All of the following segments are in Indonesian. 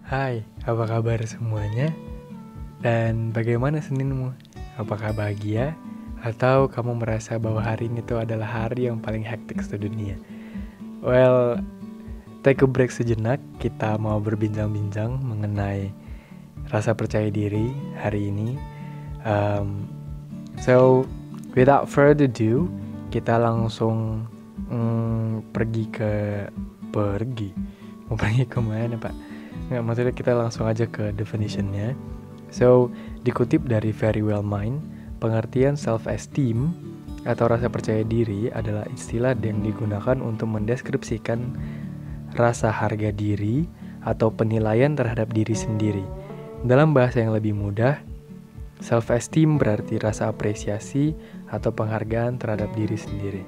Hai, apa kabar semuanya? Dan bagaimana Seninmu? Apakah bahagia? Atau kamu merasa bahwa hari ini tuh adalah hari yang paling hektik sedunia? Well, take a break sejenak, kita mau berbincang-bincang mengenai rasa percaya diri hari ini. So, without further ado, kita langsung Mau pergi kemana Pak? Nggak, maksudnya kita langsung aja ke definitionnya. So, dikutip dari Very Well Mind, pengertian self-esteem atau rasa percaya diri adalah istilah yang digunakan untuk mendeskripsikan rasa harga diri atau penilaian terhadap diri sendiri. Dalam bahasa yang lebih mudah, self-esteem berarti rasa apresiasi atau penghargaan terhadap diri sendiri.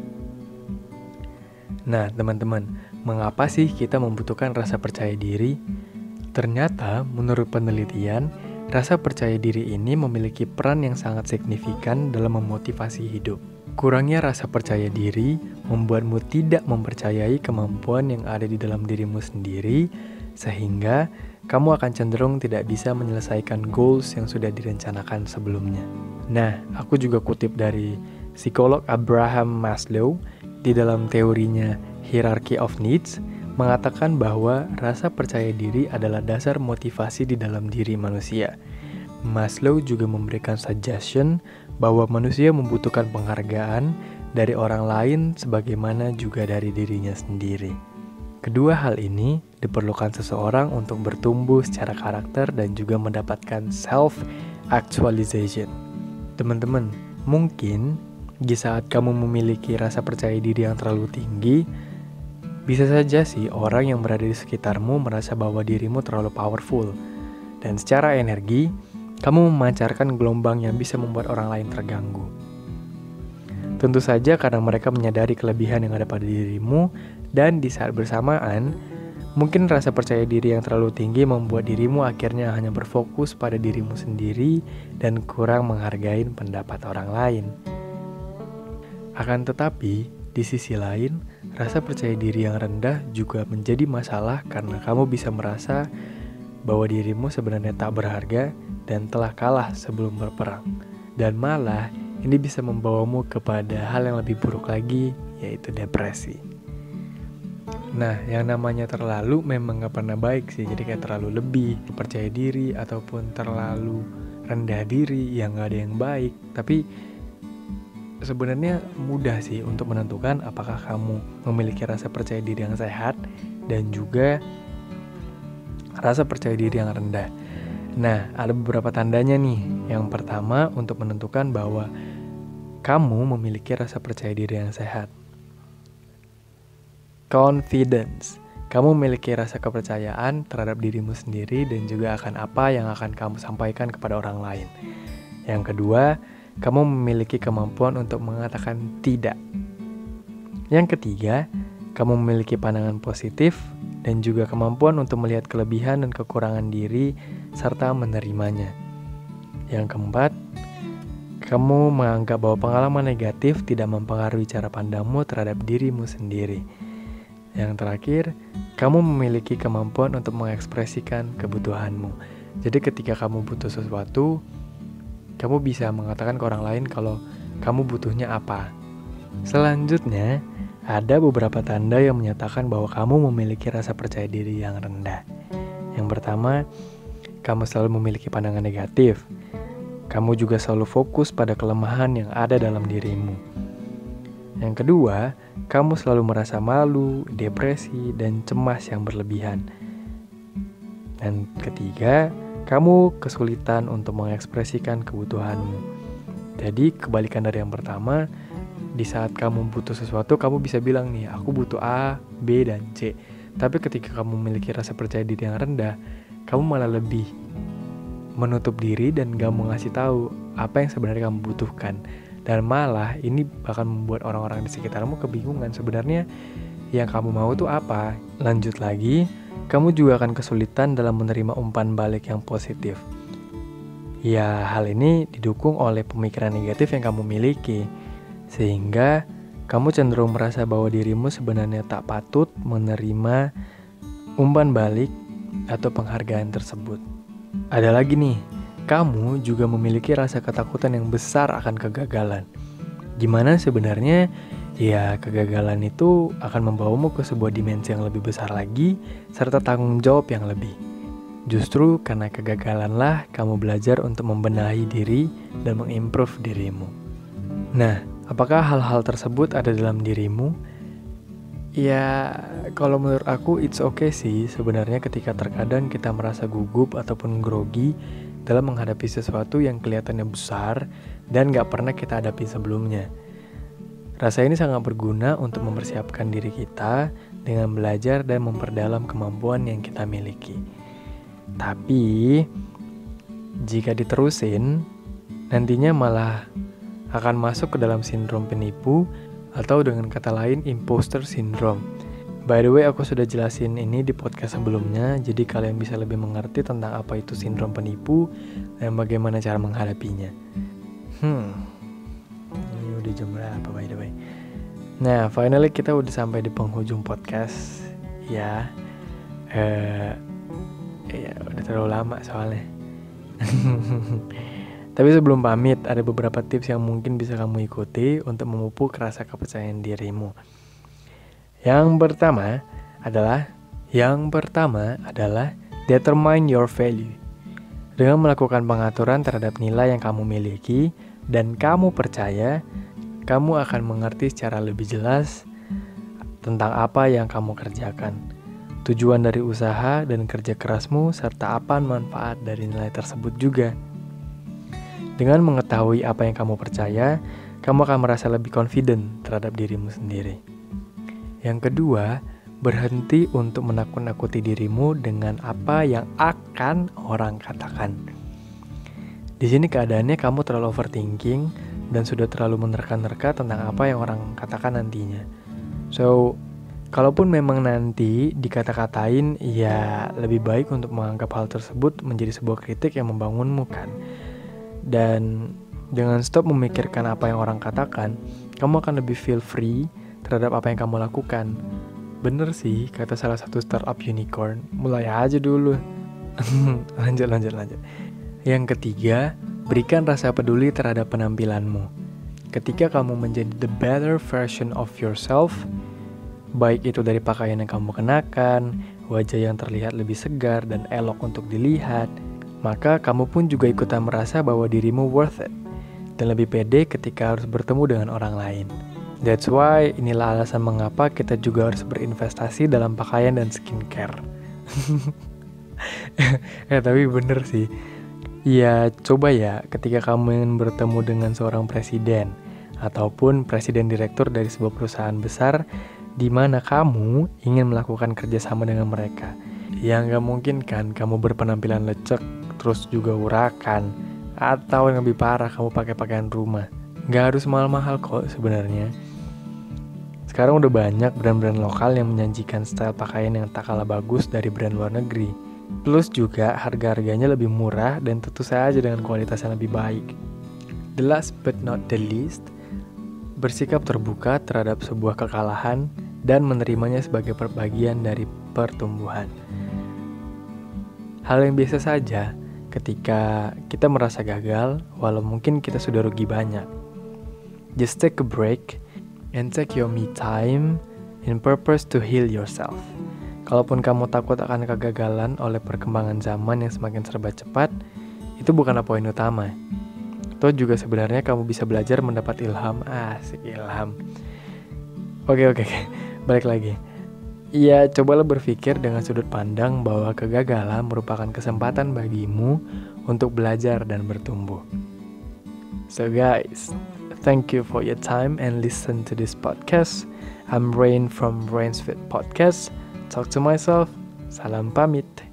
Nah, teman-teman, mengapa sih kita membutuhkan rasa percaya diri? Ternyata, menurut penelitian, rasa percaya diri ini memiliki peran yang sangat signifikan dalam memotivasi hidup. Kurangnya rasa percaya diri membuatmu tidak mempercayai kemampuan yang ada di dalam dirimu sendiri, sehingga kamu akan cenderung tidak bisa menyelesaikan goals yang sudah direncanakan sebelumnya. Nah, aku juga kutip dari psikolog Abraham Maslow di dalam teorinya Hierarchy of Needs, mengatakan bahwa rasa percaya diri adalah dasar motivasi di dalam diri manusia. Maslow juga memberikan suggestion bahwa manusia membutuhkan penghargaan dari orang lain sebagaimana juga dari dirinya sendiri. Kedua hal ini diperlukan seseorang untuk bertumbuh secara karakter dan juga mendapatkan self-actualization. Teman-teman, mungkin di saat kamu memiliki rasa percaya diri yang terlalu tinggi, bisa saja sih orang yang berada di sekitarmu merasa bahwa dirimu terlalu powerful. Dan secara energi, kamu memancarkan gelombang yang bisa membuat orang lain terganggu. Tentu saja karena mereka menyadari kelebihan yang ada pada dirimu, dan di saat bersamaan, mungkin rasa percaya diri yang terlalu tinggi membuat dirimu akhirnya hanya berfokus pada dirimu sendiri dan kurang menghargai pendapat orang lain. Akan tetapi, di sisi lain, rasa percaya diri yang rendah juga menjadi masalah karena kamu bisa merasa bahwa dirimu sebenarnya tak berharga dan telah kalah sebelum berperang. Dan malah, ini bisa membawamu kepada hal yang lebih buruk lagi, yaitu depresi. Nah, yang namanya terlalu memang gak pernah baik sih, jadi kayak terlalu lebih percaya diri ataupun terlalu rendah diri, yang gak ada yang baik. Tapi sebenarnya mudah sih untuk menentukan apakah kamu memiliki rasa percaya diri yang sehat dan juga rasa percaya diri yang rendah. Nah, ada beberapa tandanya nih. Yang pertama, untuk menentukan bahwa kamu memiliki rasa percaya diri yang sehat. Confidence. Kamu memiliki rasa kepercayaan terhadap dirimu sendiri dan juga akan apa yang akan kamu sampaikan kepada orang lain. Yang kedua, kamu memiliki kemampuan untuk mengatakan tidak. Yang ketiga, kamu memiliki pandangan positif dan juga kemampuan untuk melihat kelebihan dan kekurangan diri serta menerimanya. Yang keempat, kamu menganggap bahwa pengalaman negatif tidak mempengaruhi cara pandangmu terhadap dirimu sendiri. Yang terakhir, kamu memiliki kemampuan untuk mengekspresikan kebutuhanmu. Jadi ketika kamu butuh sesuatu, kamu bisa mengatakan ke orang lain kalau kamu butuhnya apa. Selanjutnya, ada beberapa tanda yang menyatakan bahwa kamu memiliki rasa percaya diri yang rendah. Yang pertama, kamu selalu memiliki pandangan negatif. Kamu juga selalu fokus pada kelemahan yang ada dalam dirimu. Yang kedua, kamu selalu merasa malu, depresi, dan cemas yang berlebihan. Dan ketiga, kamu kesulitan untuk mengekspresikan kebutuhanmu. Jadi kebalikan dari yang pertama, di saat kamu butuh sesuatu, kamu bisa bilang nih, aku butuh A, B, dan C. Tapi ketika kamu memiliki rasa percaya diri yang rendah, kamu malah lebih menutup diri dan gak mau ngasih tahu apa yang sebenarnya kamu butuhkan. Dan malah ini bahkan membuat orang-orang di sekitarmu kebingungan sebenarnya yang kamu mau tuh apa. Lanjut lagi, kamu juga akan kesulitan dalam menerima umpan balik yang positif. Ya, hal ini didukung oleh pemikiran negatif yang kamu miliki, sehingga kamu cenderung merasa bahwa dirimu sebenarnya tak patut menerima umpan balik atau penghargaan tersebut. Ada lagi nih, kamu juga memiliki rasa ketakutan yang besar akan kegagalan. Gimana sebenarnya? Ya, kegagalan itu akan membawamu ke sebuah dimensi yang lebih besar lagi, serta tanggung jawab yang lebih. Justru karena kegagalanlah kamu belajar untuk membenahi diri dan mengimprove dirimu. Nah, apakah hal-hal tersebut ada dalam dirimu? Ya, kalau menurut aku it's okay sih sebenarnya ketika terkadang kita merasa gugup ataupun grogi dalam menghadapi sesuatu yang kelihatannya besar dan gak pernah kita hadapi sebelumnya. Rasa ini sangat berguna untuk mempersiapkan diri kita dengan belajar dan memperdalam kemampuan yang kita miliki. Tapi, jika diterusin, nantinya malah akan masuk ke dalam sindrom penipu atau dengan kata lain imposter syndrome. By the way, aku sudah jelasin ini di podcast sebelumnya, jadi kalian bisa lebih mengerti tentang apa itu sindrom penipu dan bagaimana cara menghadapinya. Ini udah jam berapa by the way? Nah, finally kita udah sampai di penghujung podcast. Ya, udah terlalu lama soalnya. Tapi sebelum pamit, ada beberapa tips yang mungkin bisa kamu ikuti untuk memupuk rasa kepercayaan dirimu. Yang pertama adalah determine your value. Dengan melakukan pengaturan terhadap nilai yang kamu miliki dan kamu percaya, kamu akan mengerti secara lebih jelas tentang apa yang kamu kerjakan, tujuan dari usaha dan kerja kerasmu, serta apa manfaat dari nilai tersebut juga. Dengan mengetahui apa yang kamu percaya, kamu akan merasa lebih confident terhadap dirimu sendiri. Yang kedua, berhenti untuk menakut-nakuti dirimu dengan apa yang akan orang katakan. Di sini keadaannya kamu terlalu overthinking dan sudah terlalu menerka-nerka tentang apa yang orang katakan nantinya. So, kalaupun memang nanti dikata-katain, ya lebih baik untuk menganggap hal tersebut menjadi sebuah kritik yang membangunmu kan. Dan dengan stop memikirkan apa yang orang katakan, kamu akan lebih feel free terhadap apa yang kamu lakukan. Bener sih, kata salah satu startup unicorn, mulai aja dulu. Lanjut. Yang ketiga, berikan rasa peduli terhadap penampilanmu. Ketika kamu menjadi the better version of yourself, baik itu dari pakaian yang kamu kenakan, wajah yang terlihat lebih segar dan elok untuk dilihat, maka kamu pun juga ikutan merasa bahwa dirimu worth it dan lebih pede ketika harus bertemu dengan orang lain. That's why inilah alasan mengapa kita juga harus berinvestasi dalam pakaian dan skincare. Tapi bener sih. Ya coba ya ketika kamu ingin bertemu dengan seorang presiden ataupun presiden direktur dari sebuah perusahaan besar di mana kamu ingin melakukan kerjasama dengan mereka. Ya nggak mungkin kan kamu berpenampilan lecek terus juga urakan, atau yang lebih parah kamu pakai pakaian rumah. Gak harus mahal-mahal kok sebenarnya. Sekarang udah banyak brand-brand lokal yang menyajikan style pakaian yang tak kalah bagus dari brand luar negeri. Plus juga harga-harganya lebih murah dan tentu saja dengan kualitas yang lebih baik. The last but not the least, bersikap terbuka terhadap sebuah kekalahan dan menerimanya sebagai bagian dari pertumbuhan. Hal yang biasa saja ketika kita merasa gagal, walau mungkin kita sudah rugi banyak. Just take a break and take your me time in purpose to heal yourself. Kalaupun kamu takut akan kegagalan oleh perkembangan zaman yang semakin serba cepat, itu bukanlah poin utama. Atau juga sebenarnya kamu bisa belajar mendapat ilham. Asik ilham. Oke, balik lagi. Ya, cobalah berpikir dengan sudut pandang bahwa kegagalan merupakan kesempatan bagimu untuk belajar dan bertumbuh. So guys, thank you for your time and listen to this podcast. I'm Rain from Rain's Fit Podcast. Talk to myself. Salam pamit.